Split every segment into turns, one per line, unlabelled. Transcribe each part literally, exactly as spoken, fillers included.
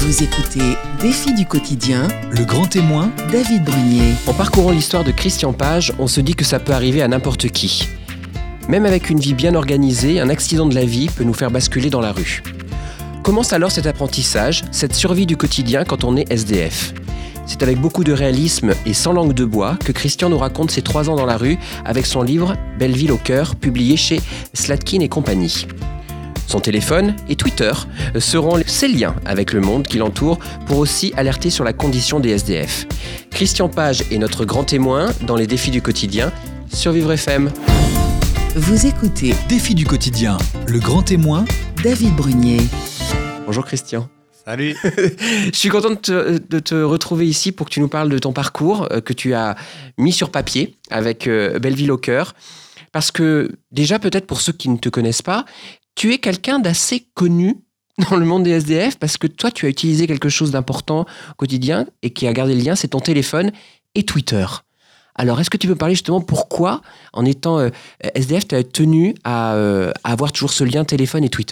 Vous écoutez Défi du quotidien,
Le grand témoin,
David Brunier.
En parcourant l'histoire de Christian Page, on se dit que ça peut arriver à n'importe qui. Même avec une vie bien organisée, un accident de la vie peut nous faire basculer dans la rue. Commence alors cet apprentissage, cette survie du quotidien quand on est S D F. C'est avec beaucoup de réalisme et sans langue de bois que Christian nous raconte ses trois ans dans la rue avec son livre « Belleville au cœur » publié chez Slatkin et compagnie. Son téléphone et Twitter seront ses liens avec le monde qui l'entoure pour aussi alerter sur la condition des S D F. Christian Page est notre grand témoin dans les défis du quotidien sur Vivre F M.
Vous écoutez
Défi du quotidien, Le grand témoin,
David Brunier.
Bonjour Christian.
Salut.
Je suis content de te, de te retrouver ici pour que tu nous parles de ton parcours euh, que tu as mis sur papier avec euh, Belleville au cœur. Parce que déjà, peut-être pour ceux qui ne te connaissent pas, tu es quelqu'un d'assez connu dans le monde des S D F parce que toi, tu as utilisé quelque chose d'important au quotidien et qui a gardé le lien, c'est ton téléphone et Twitter. Alors, est-ce que tu peux parler justement pourquoi, en étant euh, S D F, tu as tenu à, euh, à avoir toujours ce lien téléphone et Twitter ?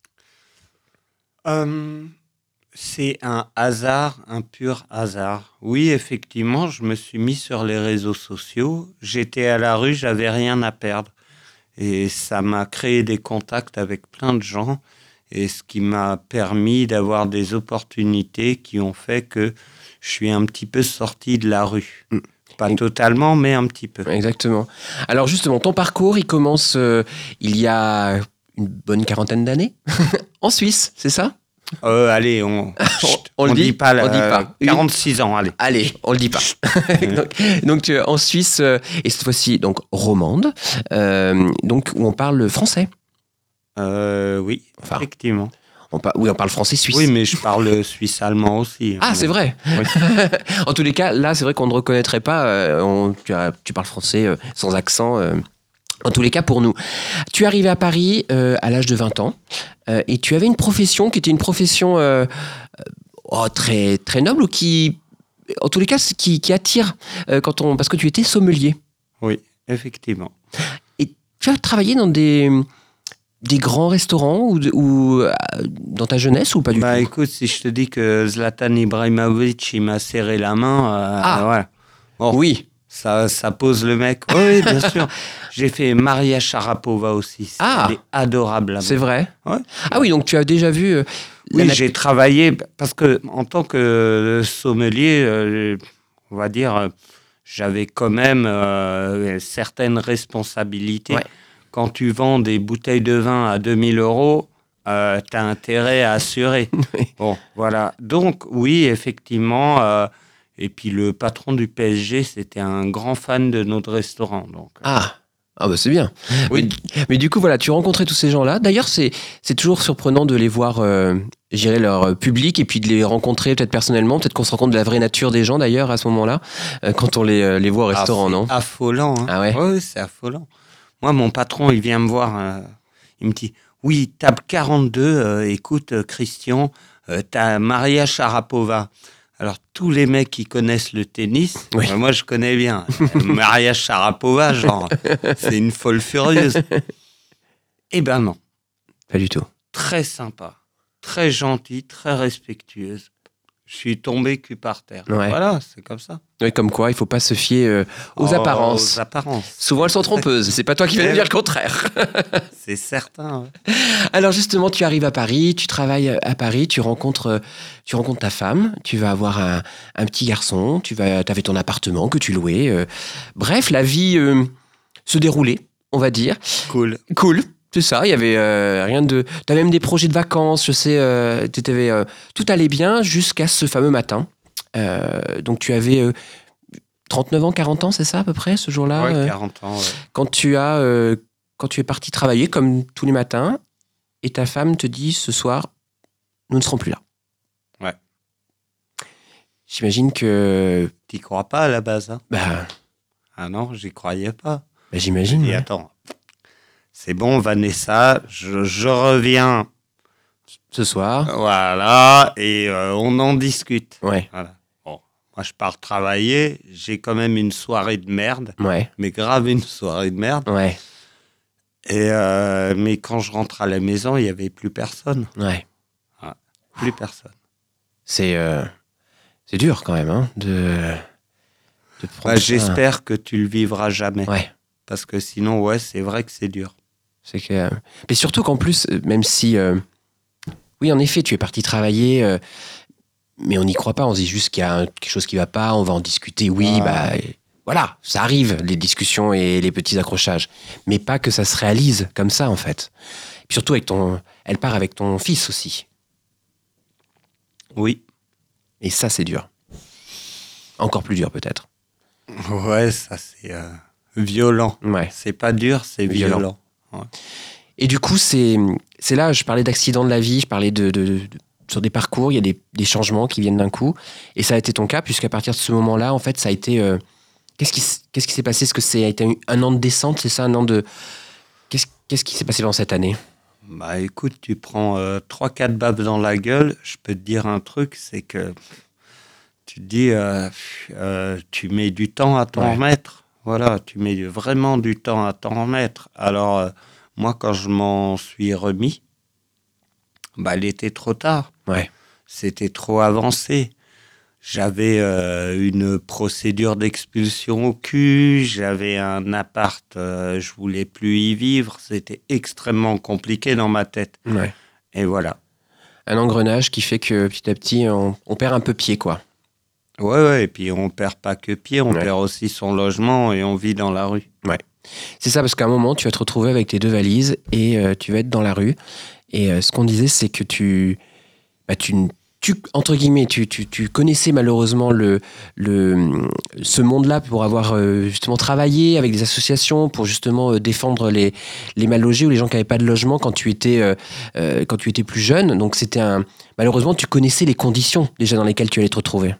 Euh, c'est un hasard, un pur hasard. Oui, effectivement, je me suis mis sur les réseaux sociaux. J'étais à la rue, j'avais rien à perdre. Et ça m'a créé des contacts avec plein de gens. Et ce qui m'a permis d'avoir des opportunités qui ont fait que je suis un petit peu sorti de la rue. Mmh. Pas totalement, mais un petit peu.
Exactement. Alors justement, ton parcours, il commence euh, il y a une bonne quarantaine d'années, en Suisse, c'est ça ?
euh, Allez, on
on, on le dit,
dit pas.
On dit pas.
quarante-six ans, allez.
Allez, on le dit pas. donc, donc tu es en Suisse, euh, et cette fois-ci donc romande, euh, donc où on parle français.
Euh, oui,
enfin,
effectivement.
On par... Oui, on parle français suisse.
Oui, mais je parle suisse-allemand aussi.
Ah, c'est vrai. Oui. En tous les cas, là, c'est vrai qu'on ne reconnaîtrait pas. Euh, on... tu, as... tu parles français euh, sans accent. Euh... En tous les cas, pour nous. Tu es arrivé à Paris euh, à l'âge de vingt ans euh, et tu avais une profession qui était une profession euh, oh, très, très noble ou qui, en tous les cas, qui, qui attire euh, quand on... parce que tu étais sommelier.
Oui, effectivement.
Et tu as travaillé dans des... Des grands restaurants ou, ou euh, dans ta jeunesse ou pas du
bah,
tout ?
Bah écoute, si je te dis que Zlatan Ibrahimovic, il m'a serré la main, euh,
ah
voilà.
Bon, oui.
Ça, ça pose le mec. Oui, oui, bien sûr. J'ai fait Maria Sharapova aussi. C'est
ah,
adorable.
C'est vrai.
Ouais.
Ah oui, donc tu as déjà vu. Euh,
oui, nat- j'ai travaillé parce que en tant que sommelier, euh, on va dire, euh, j'avais quand même euh, certaines responsabilités.
Ouais.
Quand tu vends des bouteilles de vin à deux mille euros, euh, tu as intérêt à assurer.
Oui.
Bon, voilà. Donc, oui, effectivement. Euh, et puis, le patron du P S G, c'était un grand fan de notre restaurant. Donc,
ah. Ah bah c'est bien.
Oui.
Mais, mais du coup, voilà, tu rencontrais tous ces gens-là. D'ailleurs, c'est, c'est toujours surprenant de les voir euh, gérer leur public et puis de les rencontrer peut-être personnellement. Peut-être qu'on se rend compte de la vraie nature des gens, d'ailleurs, à ce moment-là, euh, quand on les, euh, les voit au restaurant,
ah,
non ?
C'est affolant. Hein.
Ah ouais ?
Oui, c'est affolant. Moi, mon patron, il vient me voir, euh, il me dit « Oui, table quarante-deux, euh, écoute, euh, Christian, euh, t'as Maria Sharapova. » Alors, tous les mecs qui connaissent le tennis,
oui.
euh, moi, je connais bien. Maria Sharapova, genre, c'est une folle furieuse. Eh ben non.
Pas du tout.
Très sympa, très gentille, très respectueuse. Je suis tombé cul par terre.
Ouais.
Voilà, c'est comme ça.
Oui, comme quoi, il ne faut pas se fier euh, aux
oh,
apparences.
Aux apparences.
Souvent, elles sont trompeuses. C'est pas toi qui vas nous dire le contraire.
C'est certain. Ouais.
Alors justement, tu arrives à Paris, tu travailles à Paris, tu rencontres, tu rencontres ta femme, tu vas avoir un, un petit garçon, tu vas, avais ton appartement que tu louais. Euh, bref, la vie euh, se déroulait, on va dire.
Cool.
Cool. C'est ça, il y avait euh, rien de... Tu avais même des projets de vacances, je sais, euh, t'avais, euh, tout allait bien jusqu'à ce fameux matin. Euh, donc tu avais euh, trente-neuf ans, quarante ans, c'est ça à peu près, ce jour-là ?
Ouais,
euh,
quarante ans, ouais.
Quand tu, as, euh, quand tu es parti travailler, comme tous les matins, et ta femme te dit, ce soir, nous ne serons plus là.
Ouais.
J'imagine que...
T'y crois pas à la base, hein ?
Bah,
ah non, j'y croyais pas.
bah j'imagine.
Et
ouais.
attends... C'est bon, Vanessa, je, je reviens
ce soir.
Voilà, et euh, on en discute.
Ouais.
Voilà. Bon, moi, je pars travailler, j'ai quand même une soirée de merde,
Ouais.
mais grave une soirée de merde.
Ouais.
Et euh, mais quand je rentre à la maison, il n'y avait plus personne.
Ouais.
Plus personne.
C'est, euh, c'est dur quand même, hein, de, de prendre
Bah,
ça.
j'espère que tu le vivras jamais.
Ouais.
Parce que sinon, ouais, c'est vrai que c'est dur.
C'est que... Mais surtout qu'en plus, même si... euh, Oui, en effet, tu es parti travailler, euh, mais on n'y croit pas. On se dit juste qu'il y a un- quelque chose qui ne va pas, on va en discuter. Oui,
Ah.
bah... et voilà, ça arrive, les discussions et les petits accrochages. Mais pas que ça se réalise comme ça, en fait. Et puis surtout, avec ton... elle part avec ton fils aussi.
Oui.
Et ça, c'est dur. Encore plus dur, peut-être.
Ouais, ça, c'est euh, violent.
Ouais.
C'est pas dur, c'est
Violent.
violent.
Et du coup, c'est, c'est là, je parlais d'accidents de la vie, je parlais de, de, de- sur des parcours, il y a des, des changements qui viennent d'un coup. Et ça a été ton cas, puisqu'à partir de ce moment-là, en fait, ça a été... euh, qu'est-ce, qui, s- qu'est-ce qui s'est passé? Est-ce que c'est a été un, un an de descente, c'est ça, un an de... Qu'est-ce, qu'est-ce qui s'est passé pendant cette année?
Bah écoute, tu prends euh, trois quatre baffes dans la gueule, je peux te dire un truc, c'est que tu te dis, euh, euh, tu mets du temps à t'en
Ouais.
remettre. Voilà, tu mets vraiment du temps à t'en remettre. Alors, euh, moi, quand je m'en suis remis, bah, il était trop tard.
Ouais.
C'était trop avancé. J'avais euh, une procédure d'expulsion au cul, j'avais un appart, euh, je voulais plus y vivre. C'était extrêmement compliqué dans ma tête.
Ouais.
Et voilà.
Un engrenage qui fait que petit à petit, on, on perd un peu pied, quoi.
Ouais, ouais, et puis on perd pas que pied, on
Ouais.
perd aussi son logement et on vit dans la rue.
C'est ça, parce qu'à un moment, tu vas te retrouver avec tes deux valises et euh, tu vas être dans la rue. Et euh, ce qu'on disait, c'est que tu, bah, tu, tu, entre guillemets, tu, tu, tu connaissais malheureusement le, le, ce monde-là pour avoir euh, justement travaillé avec des associations pour justement euh, défendre les, les mal logés ou les gens qui n'avaient pas de logement quand tu étais, euh, euh, quand tu étais plus jeune. Donc c'était un, malheureusement, tu connaissais les conditions déjà dans lesquelles tu allais te retrouver.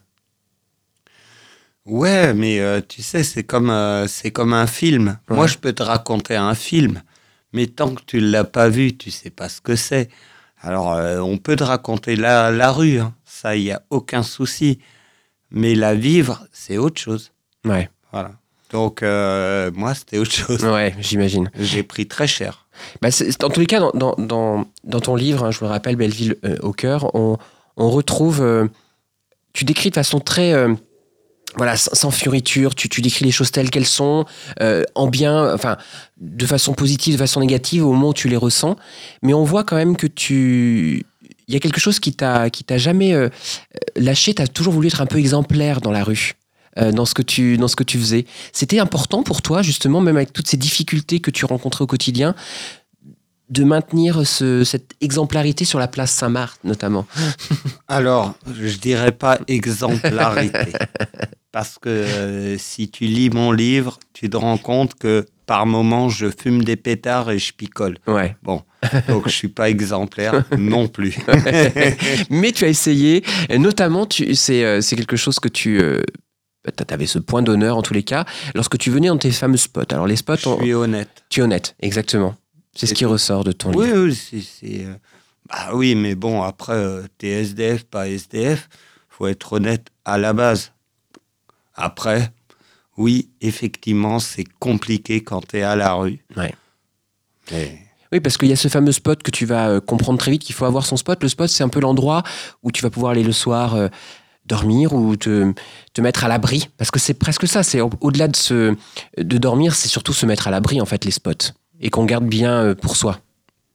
Ouais, mais euh, tu sais, c'est comme, euh, c'est comme un film.
Ouais.
Moi, je peux te raconter un film, mais tant que tu ne l'as pas vu, tu sais pas ce que c'est. Alors, euh, on peut te raconter la, la rue, hein. Ça, il n'y a aucun souci. Mais la vivre, c'est autre chose.
Ouais,
Voilà. Donc, euh, moi, c'était autre chose.
ouais, j'imagine.
J'ai pris très cher.
Bah, c'est- dans tous les cas, dans, dans, dans, dans ton livre, hein, je me rappelle Belleville euh, au cœur, on, on retrouve. euh, tu décris de façon très. euh, voilà, sans, sans fioriture, tu, tu décris les choses telles qu'elles sont, euh, en bien, enfin, de façon positive, de façon négative, au moment où tu les ressens. Mais on voit quand même que tu. Il y a quelque chose qui t'a, qui t'a jamais euh, lâché, tu as toujours voulu être un peu exemplaire dans la rue. euh, Dans ce, que tu, dans ce que tu faisais. C'était important pour toi, justement, même avec toutes ces difficultés que tu rencontrais au quotidien, de maintenir ce, cette exemplarité sur la place Saint-Marc, notamment.
Alors, je dirais pas exemplarité. Parce que euh, si tu lis mon livre, tu te rends compte que par moments, je fume des pétards et je picole.
Ouais.
Bon, donc je suis pas exemplaire non plus.
Mais tu as essayé, et notamment, tu, c'est, euh, c'est quelque chose que tu... Euh, tu avais ce point d'honneur, en tous les cas, lorsque tu venais dans tes fameux spots. Alors, les spots,
Je
on-
suis honnête.
tu es honnête, exactement. C'est ce
C'est
qui
tout.
ressort de ton
Oui,
livre.
oui, c'est... c'est, euh, Bah oui, mais bon, après, euh, t'es S D F, pas S D F, faut être honnête à la base. Après, oui, effectivement, c'est compliqué quand t'es à la rue.
Ouais.
Mais-
Oui, parce qu'il y a ce fameux spot que tu vas euh, comprendre très vite qu'il faut avoir son spot. Le spot, c'est un peu l'endroit où tu vas pouvoir aller le soir euh, dormir ou te, te mettre à l'abri. Parce que c'est presque ça. C'est au- au-delà de, se, de dormir, c'est surtout se mettre à l'abri, en fait, les spots. Et qu'on garde bien euh, pour soi.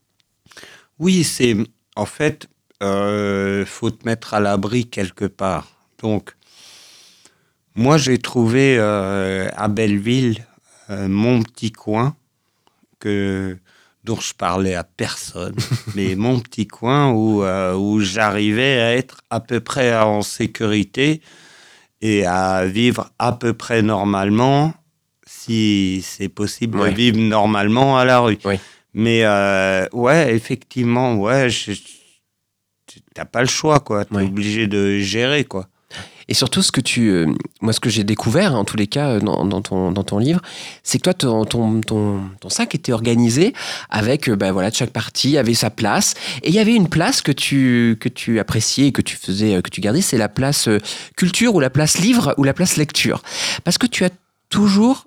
Oui, c'est... En fait, euh, faut te mettre à l'abri quelque part. Donc, moi, j'ai trouvé euh, à Belleville euh, mon petit coin que, dont je parlais à personne, mais mon petit coin où, euh, où j'arrivais à être à peu près en sécurité et à vivre à peu près normalement, si c'est possible
Ouais.
de vivre normalement à la rue.
Oui.
Mais euh, ouais, effectivement, ouais, je- tu- t'as pas le choix, quoi. T'es
Ouais.
obligé de gérer, quoi.
Et surtout, ce que tu, euh, moi, ce que j'ai découvert, en tous les cas, euh, dans, dans ton, dans ton livre, c'est que toi, ton, ton, ton, ton sac était organisé avec, euh, ben voilà, chaque partie avait sa place. Et il y avait une place que tu, que tu appréciais et que tu faisais, euh, que tu gardais, c'est la place euh, culture ou la place livre ou la place lecture. Parce que tu as toujours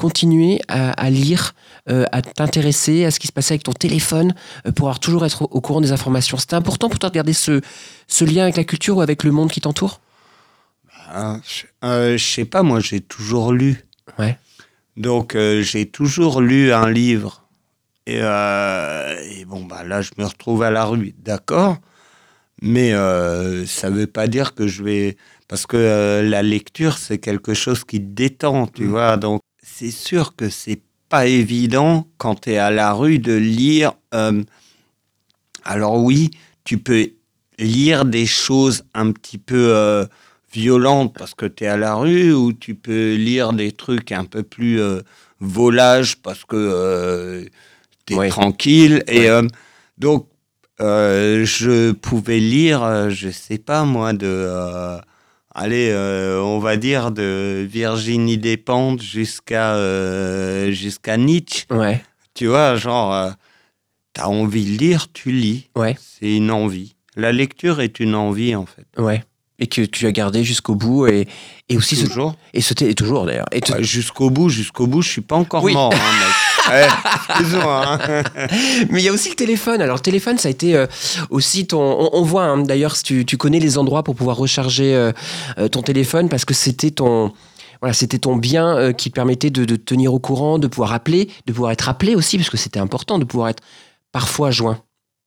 continué à, à lire, euh, à t'intéresser à ce qui se passait avec ton téléphone, euh, pour avoir toujours être au, au courant des informations. C'était important pour toi de garder ce, ce lien avec la culture ou avec le monde qui t'entoure ?
Euh, je euh, je sais pas, moi j'ai toujours lu.
Ouais.
Donc euh, j'ai toujours lu un livre. Et, euh, et bon, bah là je me retrouve à la rue, d'accord. Mais euh, ça veut pas dire que je vais... Parce que euh, la lecture, c'est quelque chose qui te détend, tu mmh. vois. Donc c'est sûr que c'est pas évident quand tu es à la rue de lire. Euh, alors oui, tu peux lire des choses un petit peu euh, violentes parce que tu es à la rue, ou tu peux lire des trucs un peu plus euh, volages parce que euh, tu es ouais. tranquille. Et ouais. euh, donc, euh, je pouvais lire, euh, je sais pas moi, de... Euh, allez, euh, on va dire de Virginie Despentes jusqu'à euh, jusqu'à Nietzsche.
Ouais.
Tu vois, genre, euh, t'as envie de lire, tu lis.
Ouais.
C'est une envie. La lecture est une envie, en fait.
Ouais. Et que tu as gardé jusqu'au bout. Et, et aussi
toujours.
Ce, et, ce, et toujours, d'ailleurs. Et te...
ouais, jusqu'au bout, jusqu'au bout, je suis pas encore oui. mort, hein, mec. Ouais, excuse-moi. Hein.
Mais il y a aussi le téléphone. Alors, le téléphone, ça a été euh, aussi ton... On, on voit, hein, d'ailleurs, si tu, tu connais les endroits pour pouvoir recharger euh, ton téléphone, parce que c'était ton... Voilà, c'était ton bien euh, qui te permettait de, de te tenir au courant, de pouvoir appeler, de pouvoir être appelé aussi, parce que c'était important de pouvoir être parfois joint.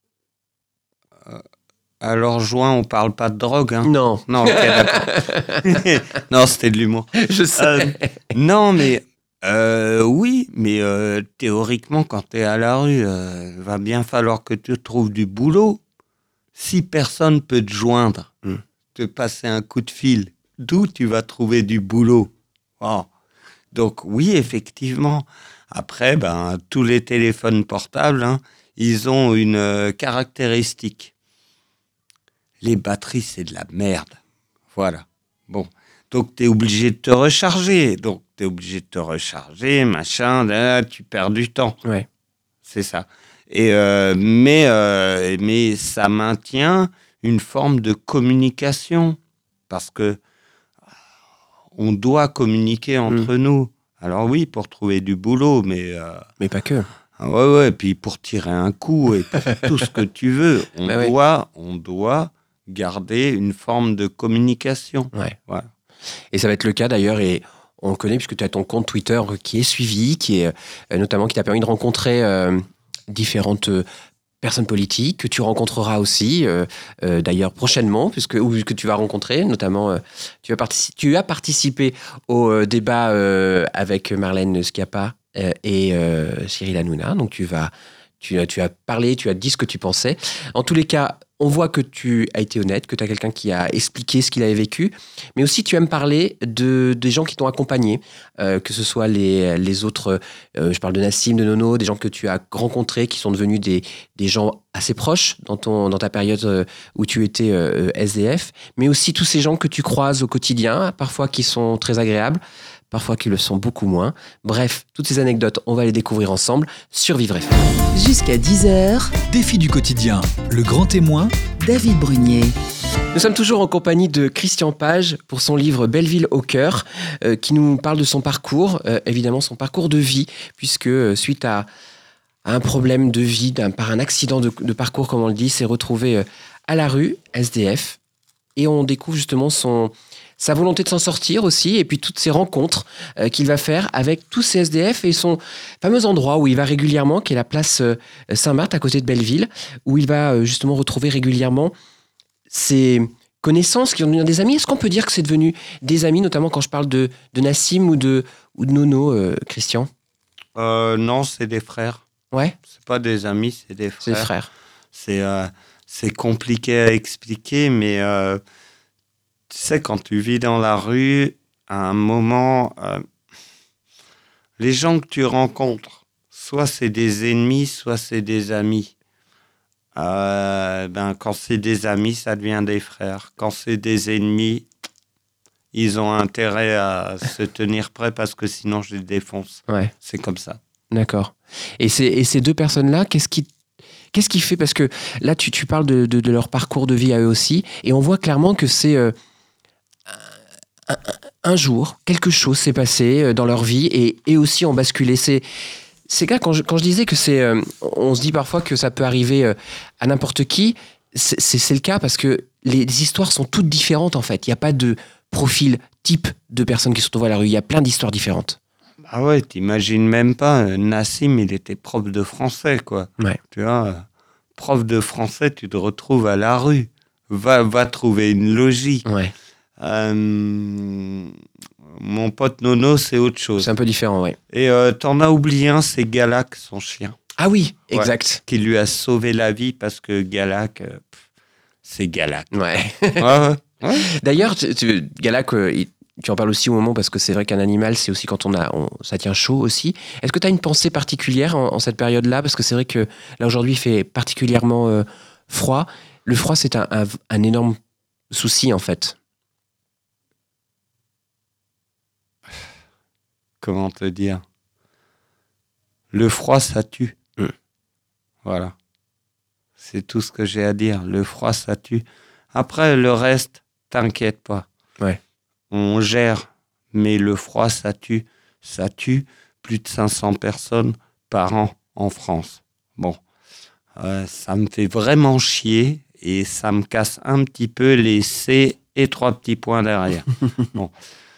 Euh, alors, joint, on parle pas de drogue, hein ?
Non.
Non, ok, d'accord. Non, c'était de l'humour.
Je sais.
Euh, non, mais... Euh, oui, mais euh, théoriquement, quand tu es à la rue, euh, va bien falloir que tu trouves du boulot. Si personne peut te joindre, mm. te passer un coup de fil, d'où tu vas trouver du boulot ? Oh. Donc oui, effectivement. Après, ben, tous les téléphones portables, hein, ils ont une euh, caractéristique. Les batteries, c'est de la merde. Voilà. Bon. Donc, tu es obligé de te recharger. Donc, tu es obligé de te recharger, machin, là, tu perds du temps.
Ouais.
C'est ça. Et, euh, mais, euh, mais ça maintient une forme de communication. Parce que on doit communiquer entre mmh. nous. Alors oui, pour trouver du boulot, mais... Euh,
mais pas que.
Ouais, ouais, et puis pour tirer un coup, et pour tout ce que tu veux. On, bah doit, ouais. on doit garder une forme de communication.
Ouais.
Voilà.
Et ça va être le cas d'ailleurs, et on le connaît puisque tu as ton compte Twitter qui est suivi, qui est euh, notamment qui t'a permis de rencontrer euh, différentes euh, personnes politiques que tu rencontreras aussi euh, euh, d'ailleurs prochainement, puisque ou que tu vas rencontrer, notamment euh, tu, vas partici- tu as participé au euh, débat euh, avec Marlène Schiappa euh, et euh, Cyril Hanouna, donc tu vas tu as, tu as parlé, tu as dit ce que tu pensais. En tous les cas, on voit que tu as été honnête, que tu as quelqu'un qui a expliqué ce qu'il avait vécu, mais aussi tu aimes parler de, des gens qui t'ont accompagné, euh, que ce soit les, les autres, euh, je parle de Nassim, de Nono, des gens que tu as rencontrés, qui sont devenus des, des gens assez proches dans, ton, dans ta période où tu étais euh, S D F, mais aussi tous ces gens que tu croises au quotidien, parfois qui sont très agréables, parfois qui le sont beaucoup moins. Bref, toutes ces anecdotes, on va les découvrir ensemble sur Vivre F M.
Jusqu'à dix heures,
Défi du quotidien, le grand témoin,
David Brunier.
Nous sommes toujours en compagnie de Christian Page pour son livre Belleville au cœur, euh, qui nous parle de son parcours, euh, évidemment son parcours de vie, puisque euh, suite à, à un problème de vie, d'un, par un accident de, de parcours, comme on le dit, s'est retrouvé euh, à la rue, S D F, et on découvre justement son... sa volonté de s'en sortir aussi, et puis toutes ces rencontres euh, qu'il va faire avec tous ces S D F et son fameux endroit où il va régulièrement, qui est la place euh, Saint-Marthe à côté de Belleville, où il va euh, justement retrouver régulièrement ses connaissances qui vont devenir des amis. Est-ce qu'on peut dire que c'est devenu des amis, notamment quand je parle de, de Nassim ou de, ou de Nono, euh, Christian ?
euh, Non, c'est des frères.
Ouais.
C'est pas des amis, c'est des frères.
C'est des frères.
C'est, euh, c'est compliqué à expliquer, mais... Euh... Tu sais, quand tu vis dans la rue, à un moment, euh, les gens que tu rencontres, soit c'est des ennemis, soit c'est des amis. Euh, ben, quand c'est des amis, ça devient des frères. Quand c'est des ennemis, ils ont intérêt à se tenir prêts parce que sinon je les défonce.
Ouais.
C'est comme ça.
D'accord. Et, c'est, et ces deux personnes-là, qu'est-ce qui Qu'est-ce qui fait ? Parce que là, tu, tu parles de, de, de leur parcours de vie à eux aussi, et on voit clairement que c'est... Euh, un, un jour, quelque chose s'est passé dans leur vie et, et aussi ont basculé. C'est, c'est là, quand je, quand je disais que c'est... Euh, on se dit parfois que ça peut arriver euh, à n'importe qui, c'est, c'est, c'est le cas parce que les, les histoires sont toutes différentes en fait. Il n'y a pas de profil type de personnes qui se retrouvent à la rue. Il y a plein d'histoires différentes.
Ah ouais, t'imagines même pas, Nassim, il était prof de français, quoi.
Ouais.
Tu vois, prof de français, tu te retrouves à la rue. Va, va trouver une logique.
Ouais.
Euh, mon pote Nono, c'est autre chose.
C'est un peu différent, ouais.
Et euh, t'en as oublié un, c'est Galak, son chien.
Ah oui,
Ouais,
exact.
qui lui a sauvé la vie parce que Galak, euh, pff, c'est Galak.
Ouais.
Ouais, ouais. Ouais.
D'ailleurs, tu, tu, Galak, euh, il- tu en parles aussi au moment parce que c'est vrai qu'un animal, c'est aussi quand on a, on, ça tient chaud aussi. Est-ce que tu as une pensée particulière en, en cette période-là? Parce que c'est vrai que là, aujourd'hui, il fait particulièrement euh, froid. Le froid, c'est un, un, un énorme souci, en fait.
Comment te dire? Le froid, ça tue.
Mm.
Voilà. C'est tout ce que j'ai à dire. Le froid, ça tue. Après, le reste, t'inquiète pas.
Ouais.
On gère, mais le froid, ça tue. Ça tue plus de cinq cents personnes par an en France. Bon, euh, ça me fait vraiment chier et ça me casse un petit peu les C et trois petits points derrière. Bon,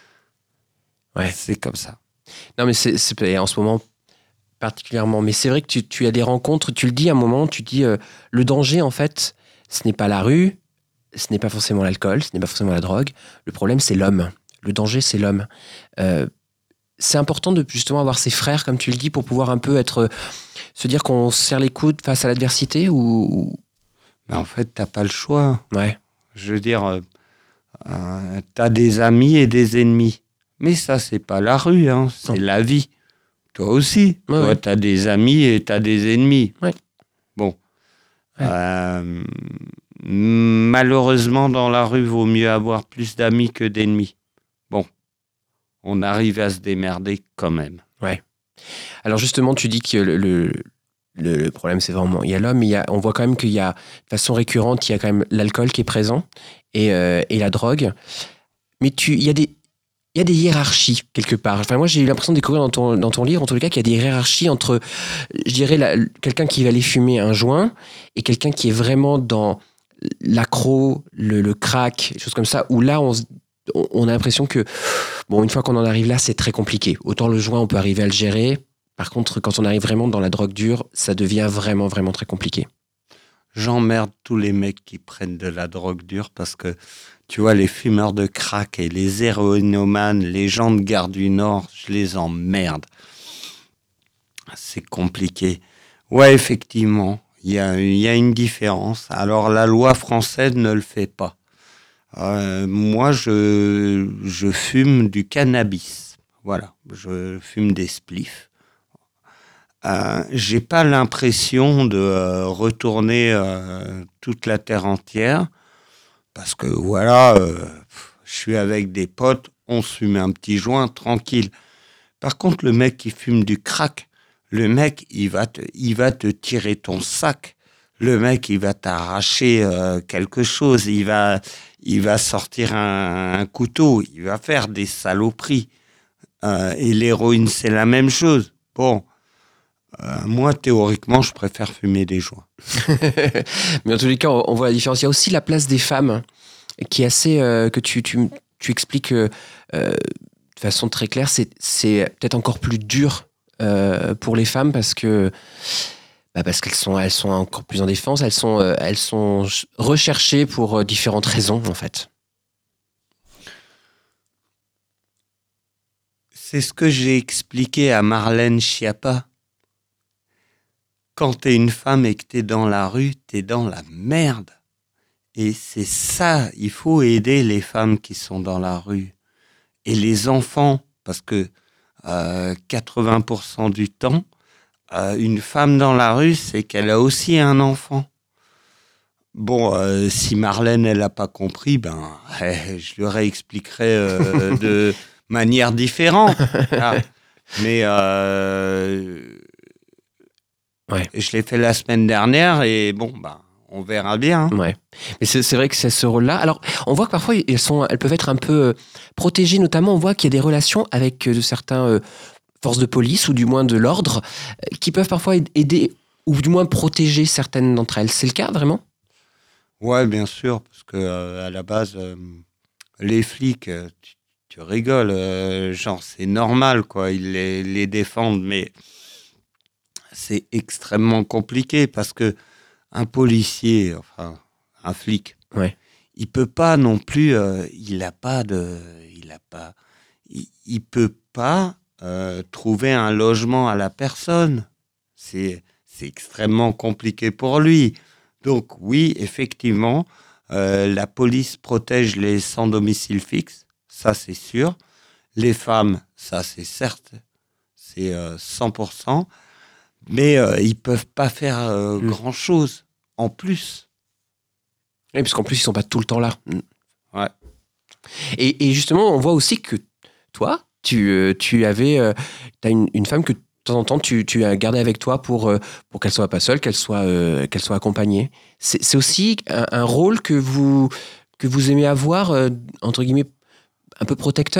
Ouais.
c'est comme ça.
Non, mais c'est, c'est et en ce moment particulièrement. Mais c'est vrai que tu, tu as des rencontres, tu le dis à un moment, tu dis euh, le danger, en fait, ce n'est pas la rue, ce n'est pas forcément l'alcool, ce n'est pas forcément la drogue. Le problème, c'est l'homme. Le danger, c'est l'homme. Euh, c'est important de justement avoir ses frères, comme tu le dis, pour pouvoir un peu être, se dire qu'on se serre les coudes face à l'adversité ou...
Mais en fait, t'as pas le choix.
Ouais.
Je veux dire, euh, euh, t'as des amis et des ennemis. Mais ça, c'est pas la rue, hein, c'est
Non.
la vie. Toi aussi.
Ouais,
Toi,
ouais.
t'as des amis et t'as des ennemis.
Ouais.
Bon.
Ouais.
Euh, malheureusement, dans la rue, vaut mieux avoir plus d'amis que d'ennemis. Bon. On arrive à se démerder quand même.
Alors justement, tu dis que le, le, le- le problème, c'est vraiment... Il y a l'homme, mais il y a, on voit quand même qu'il y a, de façon récurrente, il y a quand même l'alcool qui est présent et, euh, et la drogue. Mais tu, il y a des... Il y a des hiérarchies quelque part. Enfin, moi, j'ai eu l'impression de découvrir dans ton, dans ton livre, en tous les cas, qu'il y a des hiérarchies entre, je dirais, la- quelqu'un qui va aller fumer un joint et quelqu'un qui est vraiment dans l'accro, le, le crack, des choses comme ça, où là, on, se- on on a l'impression que, bon, une fois qu'on en arrive là, c'est très compliqué. Autant le joint, on peut arriver à le gérer. Par contre, quand on arrive vraiment dans la drogue dure, ça devient vraiment, vraiment très compliqué.
J'emmerde tous les mecs qui prennent de la drogue dure parce que, tu vois, les fumeurs de crack et les héroïnomanes, les gens de Gare du Nord, je les emmerde. C'est compliqué. Ouais, effectivement, il y a, il y a une différence. Alors, la loi française ne le fait pas. Euh, moi, je, je fume du cannabis. Voilà, je fume des spliffs. Euh, j'ai pas l'impression de euh, retourner euh, toute la terre entière parce que voilà, euh, je suis avec des potes, on se fume un petit joint tranquille. Par contre, le mec qui fume du crack, le mec il va te, il va te tirer ton sac, le mec il va t'arracher euh, quelque chose, il va, il va sortir un, un couteau, il va faire des saloperies. Euh, et l'héroïne c'est la même chose. Bon. Euh, moi, théoriquement, je préfère fumer des joints.
Mais en tous les cas, on on voit la différence. Il y a aussi la place des femmes qui est assez... euh, que tu, tu, tu expliques euh, euh, de façon très claire. C'est, c'est peut-être encore plus dur euh, pour les femmes parce que... Bah parce qu'elles sont, elles sont encore plus en défense. Elles sont, euh, elles sont recherchées pour euh, différentes raisons, en fait.
C'est ce que j'ai expliqué à Marlène Schiappa. Quand t'es une femme et que t'es dans la rue, t'es dans la merde. Et c'est ça, il faut aider les femmes qui sont dans la rue. Et les enfants, parce que euh, quatre-vingts pour cent du temps, euh, une femme dans la rue, c'est qu'elle a aussi un enfant. Bon, euh, si Marlène, elle n'a pas compris, ben, eh, je lui réexpliquerai euh, de manière différente. Ah. Mais... Euh,
Ouais.
Et je l'ai fait la semaine dernière et bon, bah, on verra bien.
Ouais. Mais c'est, c'est vrai que c'est ce rôle-là. Alors, on voit que parfois, elles, sont, elles peuvent être un peu euh, protégées. Notamment, on voit qu'il y a des relations avec euh, certains euh, forces de police ou du moins de l'ordre euh, qui peuvent parfois aider ou du moins protéger certaines d'entre elles. C'est le cas, vraiment ?
Ouais, bien sûr, parce que euh, à la base, euh, les flics, euh, tu, tu rigoles, euh, genre c'est normal, quoi, ils les, les défendent, mais c'est extrêmement compliqué parce que un policier, enfin un flic,
ouais.
il peut pas non plus, euh, il a pas de, il a pas, il, il peut pas euh, trouver un logement à la personne. C'est c'est extrêmement compliqué pour lui. Donc oui, effectivement, euh, la police protège les sans domicile fixe, ça c'est sûr. Les femmes, ça c'est certes, c'est euh, cent pour cent. Mais euh, ils peuvent pas faire euh,
mmh.
grand-chose en plus.
Oui, parce qu'en plus, ils sont pas tout le temps là.
Ouais.
Et, et justement, on voit aussi que toi, tu, euh, tu avais... Euh, t'as une, une femme que de temps en temps, tu, tu as gardé avec toi pour, euh, pour qu'elle soit pas seule, qu'elle soit, euh, qu'elle soit accompagnée. C'est, c'est aussi un, un rôle que vous, que vous aimez avoir, euh, entre guillemets, un peu protecteur ?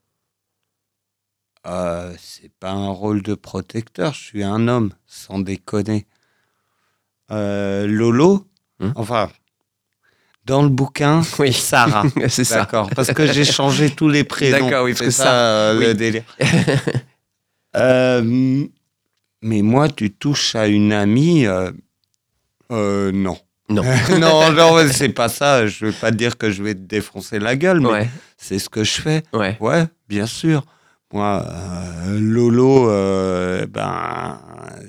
Euh, c'est pas un rôle de protecteur, je suis un homme, sans déconner. Euh, Lolo,
hum.
enfin, dans le bouquin,
oui.
Sarah.
c'est ça.
D'accord, parce que j'ai changé tous les prénoms.
D'accord, oui, parce
c'est
que
ça,
ça,
euh,
oui.
le délire. euh, mais moi, tu touches à une amie, euh, euh, non.
Non.
non, non, c'est pas ça. Je veux pas te dire que je vais te défoncer la gueule, mais
ouais.
c'est ce que je fais.
Ouais,
ouais bien sûr. Moi, euh, Lolo, euh, ben,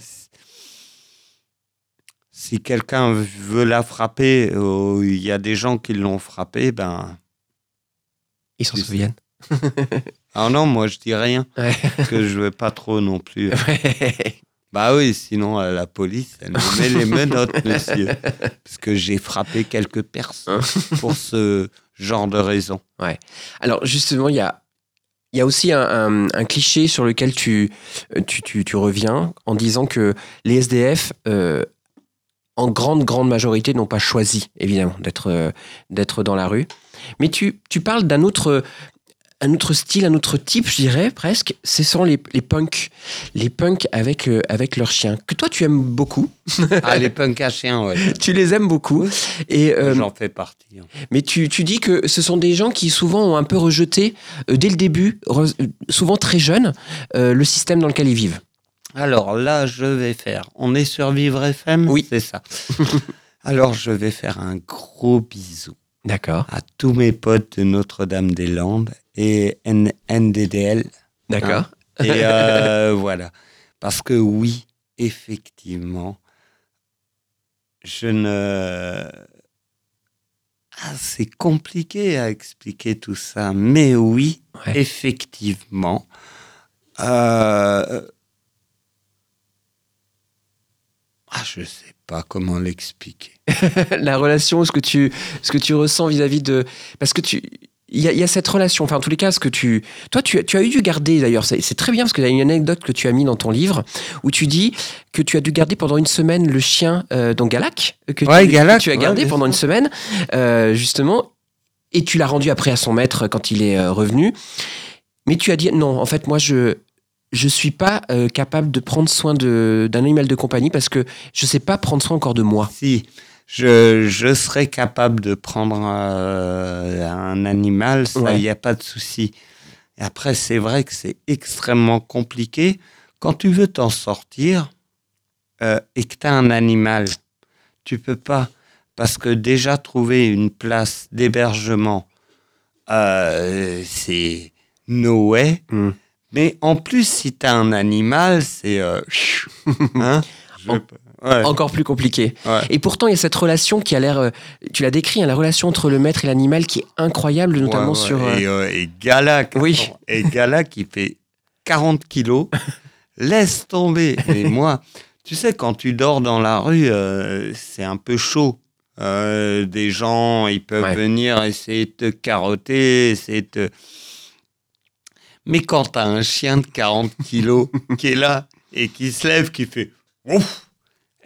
si quelqu'un veut la frapper, ou il y a des gens qui l'ont frappée, ben...
Ils s'en souviennent.
Ah non, moi je dis rien,
ouais.
parce que je veux pas trop non plus.
Ouais.
Bah oui, sinon euh, la police, elle me met les menottes, monsieur. Parce que j'ai frappé quelques personnes pour ce genre de raison.
Ouais. Alors justement, il y a, il y a aussi un, un, un cliché sur lequel tu, tu, tu, tu reviens en disant que les S D F, euh, en grande, grande majorité, n'ont pas choisi, évidemment, d'être, euh, d'être dans la rue. Mais tu, tu parles d'un autre... Un autre style, un autre type, je dirais presque, ce sont les, les punks. Les punks avec, euh, avec leurs chiens, que toi tu aimes beaucoup.
Ah, les punks à chiens, ouais.
Tu les aimes beaucoup. Et, euh,
J'en fais partie. Hein.
Mais tu, tu dis que ce sont des gens qui souvent ont un peu rejeté, euh, dès le début, re, souvent très jeunes, euh, le système dans lequel ils vivent.
Alors là, je vais faire... On est sur Vivre F M ?
Oui.
C'est ça. Alors, je vais faire un gros bisou.
D'accord.
À tous mes potes de Notre-Dame-des-Landes et N D D L.
D'accord.
Hein. Et euh, voilà. Parce que oui, effectivement, je ne... Ah, c'est compliqué à expliquer tout ça, mais oui, ouais. effectivement. Euh... Ah, je sais pas comment l'expliquer.
La relation, ce que tu, ce que tu ressens vis-à-vis de... Parce que tu... Il y, a, il y a cette relation, enfin en tous les cas, ce que tu... Toi, tu, tu as eu dû garder, d'ailleurs, c'est, c'est très bien, parce qu'il y a une anecdote que tu as mis dans ton livre, où tu dis que tu as dû garder pendant une semaine le chien, euh, donc Galac, que
ouais,
tu,
Galac,
que tu as gardé
ouais,
pendant une semaine, euh, justement, et tu l'as rendu après à son maître quand il est euh, revenu. Mais tu as dit, non, en fait, moi, je... je suis pas euh, capable de prendre soin de, d'un animal de compagnie parce que je sais pas prendre soin encore de moi.
Si, je, je serais capable de prendre euh, un animal, ça, il ouais. n'y a pas de souci. Et après, c'est vrai que c'est extrêmement compliqué. Quand tu veux t'en sortir euh, et que tu as un animal, tu peux pas. Parce que déjà, trouver une place d'hébergement, euh, c'est no way. Mm. Mais en plus, si tu as un animal, c'est... Euh, hein Je...
en, ouais. Encore plus compliqué.
Ouais.
Et pourtant, il y a cette relation qui a l'air... Euh, tu l'as décrit, hein, la relation entre le maître et l'animal qui est incroyable, notamment
ouais, ouais.
sur...
Euh... Et, euh, et Galac,
oui.
attends, et Galac, il fait quarante kilos. Laisse tomber. Et moi, tu sais, quand tu dors dans la rue, euh, c'est un peu chaud. Euh, des gens, ils peuvent ouais. venir essayer de te carotter, essayer de te... Mais quand t'as un chien de quarante kilos qui est là et qui se lève, qui fait ouf,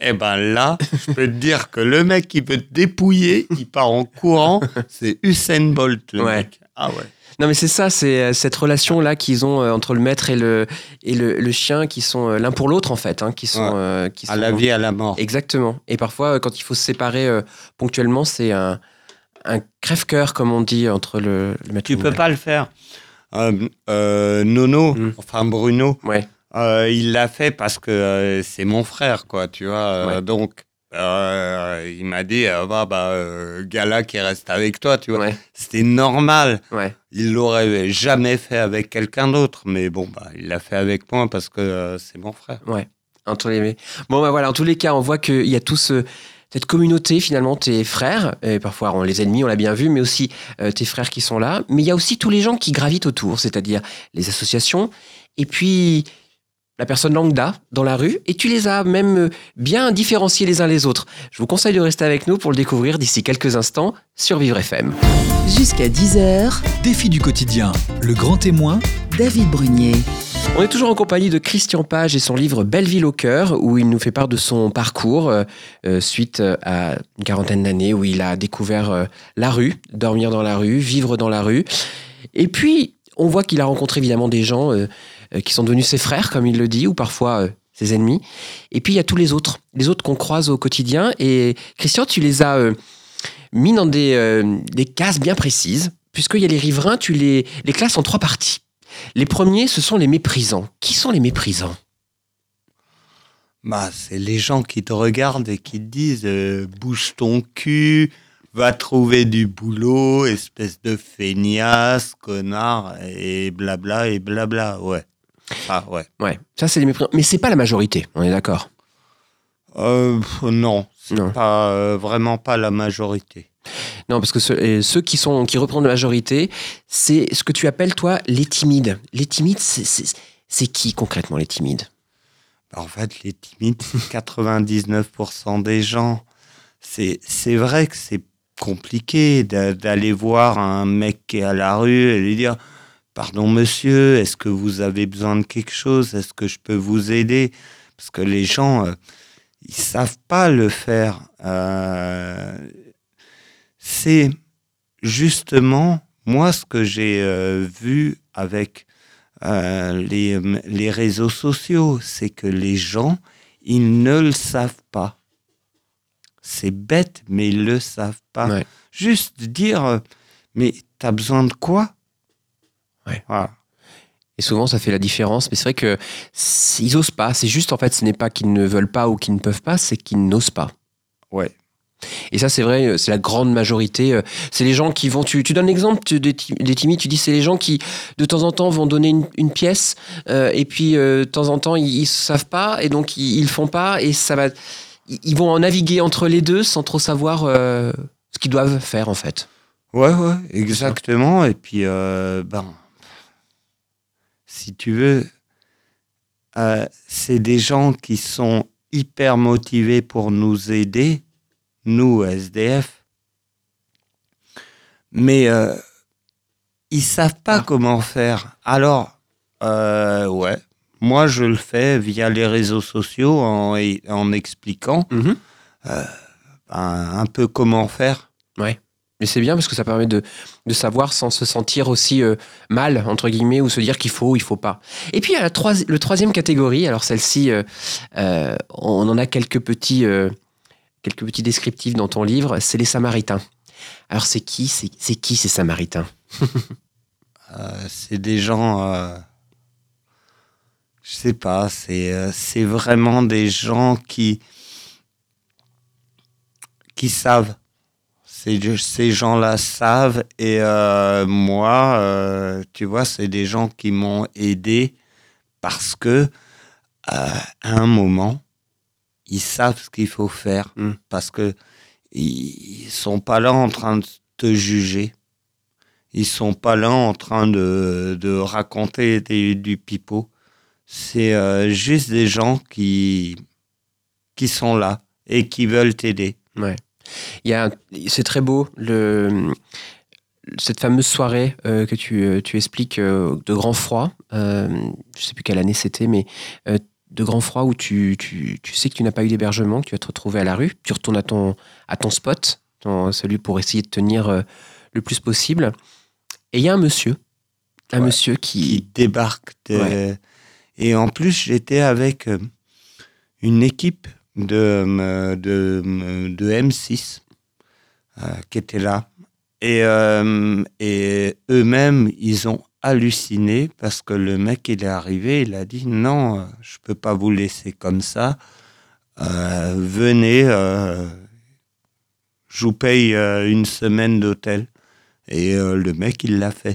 Eh ben là, je peux te dire que le mec qui peut te dépouiller, il part en courant, c'est Usain Bolt, le
Ouais.
mec. Ah ouais.
Non, mais c'est ça, c'est euh, cette relation-là qu'ils ont euh, entre le maître et le, et le, le chien, qui sont euh, l'un pour l'autre, en fait. Hein, qui sont,
Ouais.
euh, qui
À
sont-
la vie, à la mort.
Exactement. Et parfois, euh, quand il faut se séparer euh, ponctuellement, c'est un, un crève-cœur, comme on dit, entre le, le maître
Tu
et le
peux
maître.
pas le faire. Euh, euh, Nono,
Mm.
enfin Bruno,
Ouais,
euh, il l'a fait parce que euh, c'est mon frère, quoi, tu vois. euh,
Ouais.
Donc, euh, il m'a dit, euh, bah, bah euh, Gala qui reste avec toi, tu vois.
ouais,
C'était normal.
ouais.
Il l'aurait jamais fait avec quelqu'un d'autre, mais bon, bah, il l'a fait avec moi parce que euh, c'est mon frère.
Ouais, entre les... Bon, bah voilà, en tous les cas, on voit qu'il y a tout ce, cette communauté, finalement, tes frères, et parfois on, les ennemis, on l'a bien vu, mais aussi euh, tes frères qui sont là. Mais il y a aussi tous les gens qui gravitent autour, c'est-à-dire les associations, et puis la personne lambda dans la rue, et tu les as même euh, bien différenciés les uns les autres. Je vous conseille de rester avec nous pour le découvrir d'ici quelques instants sur Vivre F M.
Jusqu'à dix heures,
Défi du quotidien, le grand témoin,
David Brunier.
On est toujours en compagnie de Christian Page et son livre Belleville au cœur, où il nous fait part de son parcours euh, euh, suite à une quarantaine d'années où il a découvert euh, la rue, dormir dans la rue, vivre dans la rue. Et puis, on voit qu'il a rencontré évidemment des gens euh, euh, qui sont devenus ses frères, comme il le dit, ou parfois euh, ses ennemis. Et puis, il y a tous les autres, les autres qu'on croise au quotidien. Et Christian, tu les as euh, mis dans des, euh, des cases bien précises, puisqu'il y a les riverains, tu les, les classes en trois parties. Les premiers, ce sont les méprisants. Qui sont les méprisants ?
Bah, c'est les gens qui te regardent et qui te disent euh, bouge ton cul, va trouver du boulot, espèce de feignasse, connard, et blabla, et blabla, ouais. Ah, ouais.
Ouais, ça c'est les méprisants. Mais c'est pas la majorité, on est d'accord.
Euh, pff, non, c'est
Non.
pas, euh, vraiment pas la majorité.
Non, parce que ce- euh, ceux qui, sont, qui reprennent la majorité, c'est ce que tu appelles, toi, les timides. Les timides, c'est, c'est, c'est qui concrètement, les timides ?
En fait, les timides, c'est quatre-vingt-dix-neuf pour cent des gens. C'est, c'est vrai que c'est compliqué d'a- d'aller voir un mec qui est à la rue et lui dire « Pardon monsieur, est-ce que vous avez besoin de quelque chose ? Est-ce que je peux vous aider ?» Parce que les gens, euh, ils savent pas le faire. Euh, c'est justement, moi, ce que j'ai euh, vu avec euh, les, les réseaux sociaux, c'est que les gens, ils ne le savent pas. C'est bête, mais ils le savent pas.
Ouais.
Juste dire, euh, mais t'as besoin de quoi ?
Ouais.
Voilà.
Et souvent, ça fait la différence. Mais c'est vrai que c'est- ils osent pas. C'est juste, en fait, ce n'est pas qu'ils ne veulent pas ou qu'ils ne peuvent pas, c'est qu'ils n'osent pas.
Ouais.
Et ça, c'est vrai, c'est la grande majorité. euh, C'est les gens qui vont... Tu, tu donnes l'exemple tu- des, ti- des timides, tu dis c'est les gens qui, de temps en temps, vont donner une, une pièce, euh, et puis, euh, de temps en temps, ils ne savent pas, et donc, ils ne le font pas, et ça va... Ils ils vont en naviguer entre les deux sans trop savoir euh, ce qu'ils doivent faire, en fait.
Ouais, ouais, exactement. Et puis, euh, ben, si tu veux, euh, c'est des gens qui sont hyper motivés pour nous aider, nous, S D F. Mais euh, ils savent pas
Ah.
comment faire. Alors, euh, ouais, moi, je le fais via les réseaux sociaux en, en expliquant
Mhm.
ben, un peu comment faire.
Mais c'est bien parce que ça permet de, de savoir sans se sentir aussi euh, mal, entre guillemets, ou se dire qu'il faut ou il faut pas. Et puis, à la troisi- le troisième catégorie, alors celle-ci, euh, euh, on en a quelques petits, euh, quelques petits descriptifs dans ton livre, c'est les Samaritains. Alors, c'est qui, c'est, c'est qui ces Samaritains ?
Euh, c'est des gens, euh, je sais pas, c'est euh, c'est vraiment des gens qui qui savent. Ces, ces gens-là savent et euh, moi, euh, tu vois, c'est des gens qui m'ont aidé parce que euh, à un moment, ils savent ce qu'il faut faire
Mm.
parce que ils sont pas là en train de te juger. Ils sont pas là en train de, de raconter des, du pipeau. C'est euh, juste des gens qui, qui sont là et qui veulent t'aider.
Ouais. Il y a, un- c'est très beau, le, cette fameuse soirée euh, que tu, euh, tu expliques euh, de grand froid. Euh, je ne sais plus quelle année c'était, mais euh, de grand froid où tu, tu, tu sais que tu n'as pas eu d'hébergement, que tu vas te retrouver à la rue. Tu retournes à ton, à ton spot, ton, celui pour essayer de tenir euh, le plus possible. Et il y a un monsieur, un
Ouais.
monsieur qui...
Qui débarque. De...
Ouais.
Et en plus, j'étais avec euh, une équipe de, euh, de, euh, de M six euh, qui était là. Et, euh, et eux-mêmes, ils ont halluciné parce que le mec, il est arrivé, il a dit « Non, euh, je peux pas vous laisser comme ça. Euh, venez, euh, je vous paye euh, une semaine d'hôtel. » Et euh, le mec, il l'a fait.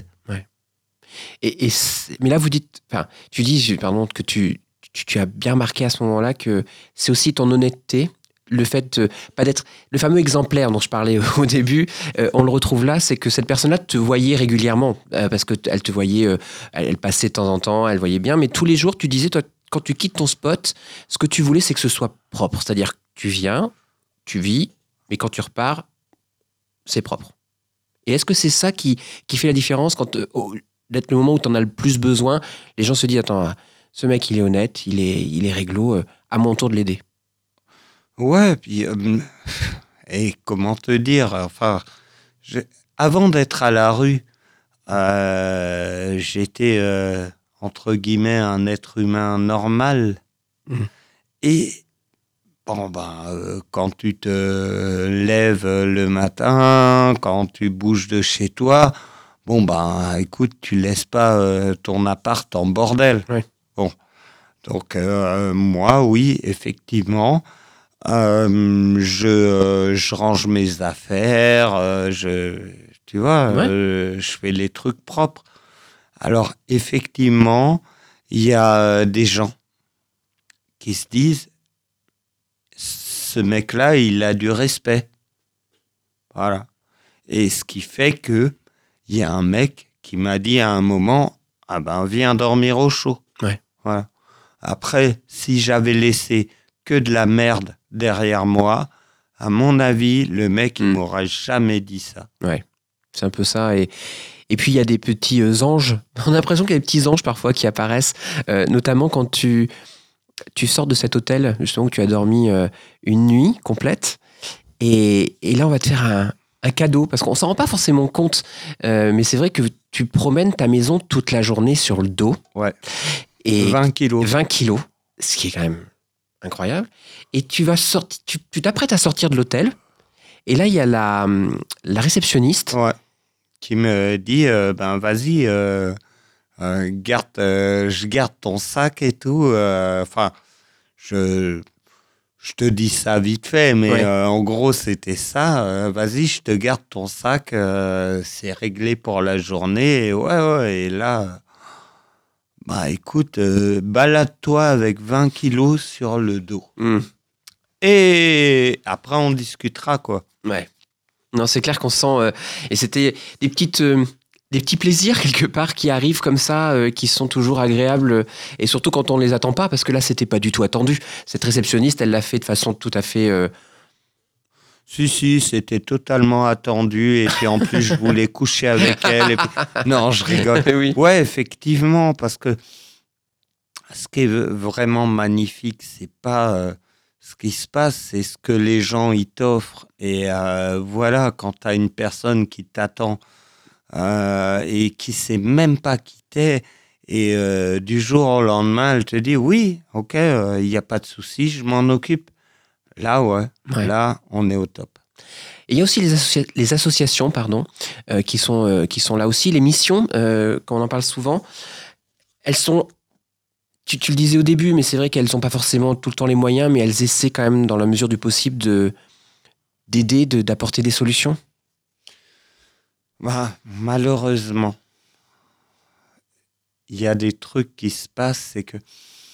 Et, et c'est- mais là, vous dites, enfin, tu dis, je- pardon, que tu, tu, tu as bien remarqué à ce moment-là que c'est aussi ton honnêteté, le fait de, pas d'être le fameux exemplaire dont je parlais au début. Euh, on le retrouve là, c'est que cette personne-là te voyait régulièrement euh, parce que t- elle te voyait, euh, elle, elle passait de temps en temps, elle voyait bien, mais tous les jours, tu disais, toi, quand tu quittes ton spot, ce que tu voulais, c'est que ce soit propre, c'est-à-dire que tu viens, tu vis, mais quand tu repars, c'est propre. Et est-ce que c'est ça qui, qui fait la différence quand euh, au- d'être le moment où tu en as le plus besoin, les gens se disent, attends, ce mec, il est honnête, il est, il est réglo, euh, à mon tour de l'aider.
Ouais, puis... euh, et comment te dire, enfin, je- avant d'être à la rue, euh, j'étais, euh, entre guillemets, un être humain normal.
Mhm.
Et, bon, ben, euh, quand tu te lèves le matin, quand tu bouges de chez toi, bon, ben, écoute, tu laisses pas euh, ton appart en bordel.
Ouais.
Bon, donc, euh, moi, oui, effectivement... Euh, je, euh, je range mes affaires, euh, je, tu vois,
Ouais.
euh, je fais les trucs propres. Alors, effectivement, il y a des gens qui se disent, ce mec-là, il a du respect. Voilà. Et ce qui fait que il y a un mec qui m'a dit à un moment, ah ben, viens dormir au chaud.
Ouais.
Voilà. Après, si j'avais laissé que de la merde derrière moi, à mon avis, le mec, il
Mm.
m'aurait jamais dit ça.
C'est un peu ça. Et, et puis, il y a des petits euh, anges. On a l'impression qu'il y a des petits anges parfois qui apparaissent, euh, notamment quand tu, tu sors de cet hôtel, justement, où tu as dormi euh, une nuit complète. Et, et là, on va te faire un, un cadeau, parce qu'on s'en rend pas forcément compte. Euh, mais c'est vrai que tu promènes ta maison toute la journée sur le dos.
Ouais.
Et
vingt kilos.
vingt kilos, ce qui est quand même incroyable. Et tu vas sortir, tu, tu t'apprêtes à sortir de l'hôtel. Et là, il y a la, la réceptionniste.
Ouais. Qui me dit, euh, ben vas-y, euh, euh, garde, euh, je garde ton sac et tout. euh, Enfin, je, je te dis ça vite fait, mais
Ouais.
euh, en gros, c'était ça. euh, vas-y, je te garde ton sac. euh, c'est réglé pour la journée. Et ouais, ouais. Et là, bah écoute, euh, balade-toi avec vingt kilos sur le dos.
Hmm.
Et après, on discutera, quoi.
Ouais. Non, c'est clair qu'on sent. euh, et c'était des petites. euh, des petits plaisirs quelque part qui arrivent comme ça, euh, qui sont toujours agréables, euh, et surtout quand on les attend pas, parce que là c'était pas du tout attendu. Cette réceptionniste, elle l'a fait de façon tout à fait. euh,
Si, si, c'était totalement attendu. Et puis en plus, je voulais coucher avec elle. Et puis... Non, je rigole.
oui.
Ouais, effectivement, parce que ce qui est v- vraiment magnifique, c'est pas euh, ce qui se passe, c'est ce que les gens ils t'offrent. Et euh, voilà, quand tu as une personne qui t'attend euh, et qui sait même pas qui t'es, et euh, du jour au lendemain, elle te dit oui, ok, il n'y a pas de souci, je m'en occupe. Là, ouais,
Ouais.
là, on est au top.
Et il y a aussi les, associa- les associations, pardon, euh, qui sont euh, qui sont là aussi. Les missions, euh, quand on en parle souvent, elles sont. Tu, tu le disais au début, mais c'est vrai qu'elles n'ont pas forcément tout le temps les moyens, mais elles essaient quand même, dans la mesure du possible, de d'aider, de, d'apporter des solutions.
Bah, malheureusement, il y a des trucs qui se passent, c'est que,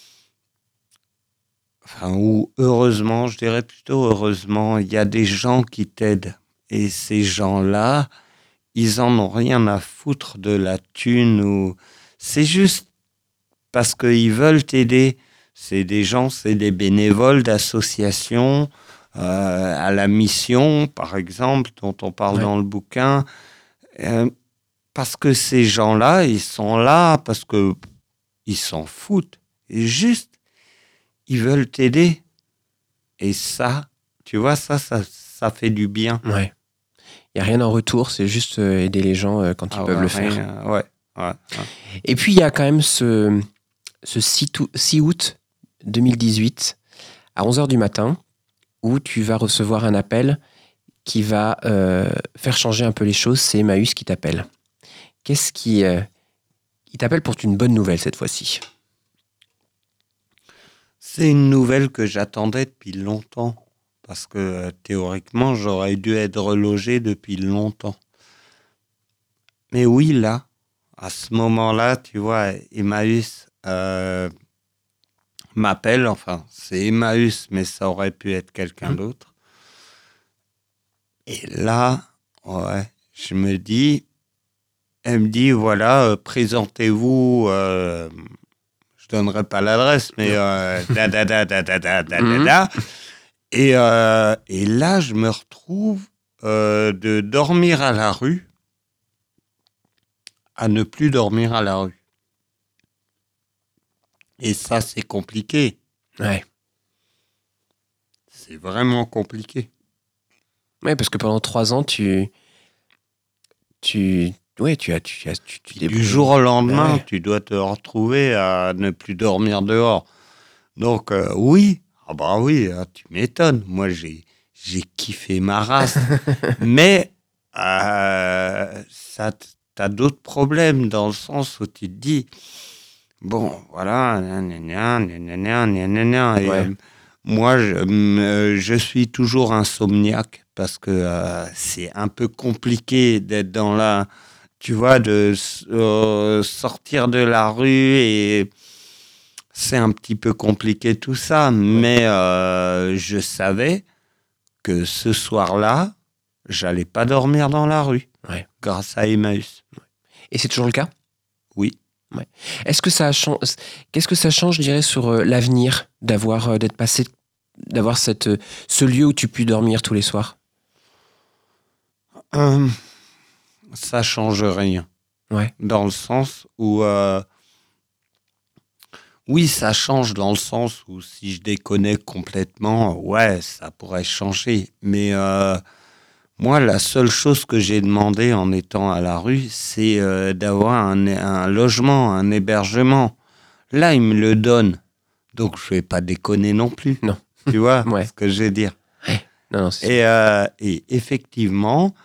enfin, ou heureusement, je dirais plutôt heureusement, il y a des gens qui t'aident. Et ces gens-là, ils en ont rien à foutre de la thune ou... C'est juste parce qu'ils veulent t'aider. C'est des gens, c'est des bénévoles d'associations, euh, à la mission, par exemple, dont on parle
Ouais.
dans le bouquin. Euh, parce que ces gens-là, ils sont là parce que ils s'en foutent. Et juste, ils veulent t'aider. Et ça, tu vois, ça, ça, ça fait du bien.
Ouais. Il n'y a rien en retour, c'est juste euh, aider les gens euh, quand ils
Ah
peuvent
ouais,
le faire.
rien, ouais, ouais, ouais.
Et puis, il y a quand même ce, ce six août deux mille dix-huit, à onze heures du matin, où tu vas recevoir un appel qui va euh, faire changer un peu les choses. C'est Emmaüs qui t'appelle. Qu'est-ce qui... Euh, il t'appelle pour une bonne nouvelle cette fois-ci.
C'est une nouvelle que j'attendais depuis longtemps. Parce que euh, théoriquement, j'aurais dû être relogé depuis longtemps. Mais oui, là, à ce moment-là, tu vois, Emmaüs euh, m'appelle. Enfin, c'est Emmaüs, mais ça aurait pu être quelqu'un mmh. d'autre. Et là, ouais, je me dis, elle me dit, voilà, euh, présentez-vous, euh, je donnerai pas l'adresse, mais euh, da da da da da da da da da. Et, euh, et là, je me retrouve euh, de dormir à la rue à ne plus dormir à la rue. Et ça, c'est compliqué.
Ouais.
C'est vraiment compliqué.
Ouais, parce que pendant trois ans, tu... Tu... Ouais, tu as... Tu, as, tu, tu
du jour au lendemain, ouais. tu dois te retrouver à ne plus dormir dehors. Donc, euh, oui... Ah bah oui, tu m'étonnes. Moi, j'ai, j'ai kiffé ma race. Mais euh, ça, t'as d'autres problèmes dans le sens où tu te dis, bon, voilà, gna, gna, gna, gna, gna, et, ouais. euh, moi, je, euh, je suis toujours insomniaque parce que euh, c'est un peu compliqué d'être dans la... Tu vois, de euh, sortir de la rue et... C'est un petit peu compliqué tout ça, ouais. mais euh, je savais que ce soir-là, j'allais pas dormir dans la rue,
ouais.
grâce à Emmaüs.
Et c'est toujours le cas ?
Oui.
Ouais. Est-ce que ça change, qu'est-ce que ça change, je dirais, sur euh, l'avenir d'avoir, euh, d'être passé, d'avoir cette, euh, ce lieu où tu peux dormir tous les soirs ?
euh, Ça change rien.
Ouais.
Dans le sens où... Euh, Oui, ça change dans le sens où si je déconnecte complètement, ouais, ça pourrait changer. Mais euh, moi, la seule chose que j'ai demandé en étant à la rue, c'est euh, d'avoir un, un logement, un hébergement. Là, ils me le donnent. Donc, je ne vais pas déconner non plus.
Non.
Tu vois
ouais.
ce que je veux dire.
Ouais. Non, non, c'est
et, euh, et effectivement,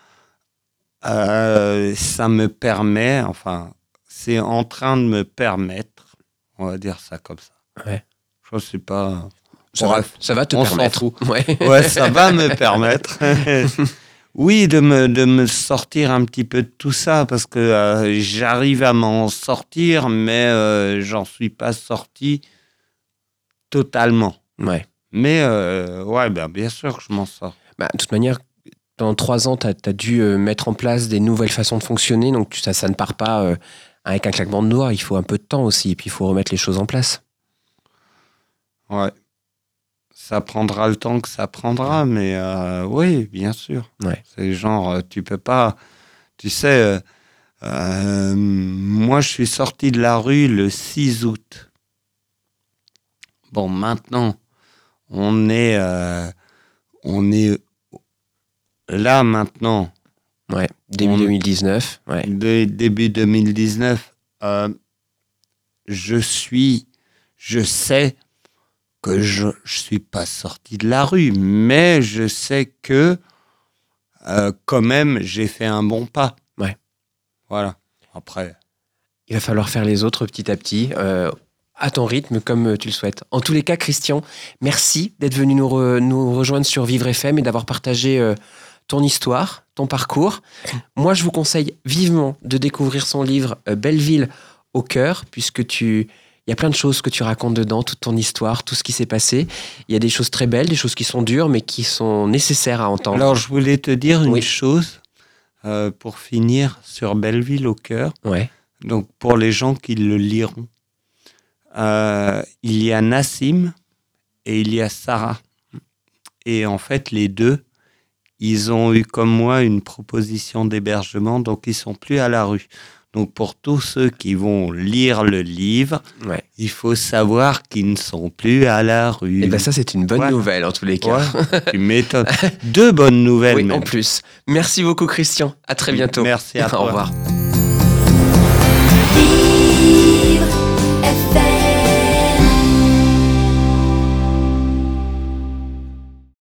euh, ça me permet, enfin, c'est en train de me permettre, on va dire ça comme ça.
Ouais.
Je ne sais pas.
Ça,
Bref,
va, ça va te
on
permettre.
S'en fout.
Ouais.
ouais, ça va me permettre. oui, de me, de me sortir un petit peu de tout ça parce que euh, j'arrive à m'en sortir, mais euh, j'en suis pas sorti totalement.
Ouais.
Mais euh, ouais, ben, bien sûr que je m'en sors.
Bah, de toute manière, pendant trois ans, tu as dû euh, mettre en place des nouvelles façons de fonctionner, donc ça, ça ne part pas... Euh, avec un claquement de doigts, il faut un peu de temps aussi, et puis il faut remettre les choses en place.
Ouais. Ça prendra le temps que ça prendra, mais euh, oui, bien sûr.
Ouais.
C'est genre, tu peux pas... Tu sais, euh, euh, moi, je suis sorti de la rue le six août. Bon, maintenant, on est... Euh, on est là, maintenant...
Ouais, début on, deux mille dix-neuf. Ouais.
De, début deux mille dix-neuf, euh, je suis, je sais que je ne suis pas sorti de la rue, mais je sais que euh, quand même, j'ai fait un bon pas.
Ouais.
Voilà. Après.
Il va falloir faire les autres petit à petit, euh, à ton rythme, comme tu le souhaites. En tous les cas, Christian, merci d'être venu nous, re, nous rejoindre sur Vivre F M et d'avoir partagé... Euh, ton histoire, ton parcours. Moi, je vous conseille vivement de découvrir son livre euh, Belleville au cœur, puisque tu, il y a plein de choses que tu racontes dedans, toute ton histoire, tout ce qui s'est passé. Il y a des choses très belles, des choses qui sont dures, mais qui sont nécessaires à entendre.
Alors, je voulais te dire une
oui.
chose euh, pour finir sur Belleville au cœur.
Ouais.
Donc, pour les gens qui le liront, euh, il y a Nassim et il y a Sarah. Et en fait, les deux ils ont eu comme moi une proposition d'hébergement, donc ils sont plus à la rue. Donc pour tous ceux qui vont lire le livre,
Ouais.
il faut savoir qu'ils ne sont plus à la rue.
Et ben ça, c'est une bonne
Voilà.
nouvelle en tous les cas.
Ouais, tu m'étonnes. Deux bonnes nouvelles
Oui,
même.
en plus. Merci beaucoup, Christian. À très bientôt.
Merci à toi.
Au revoir.
Vivre F M.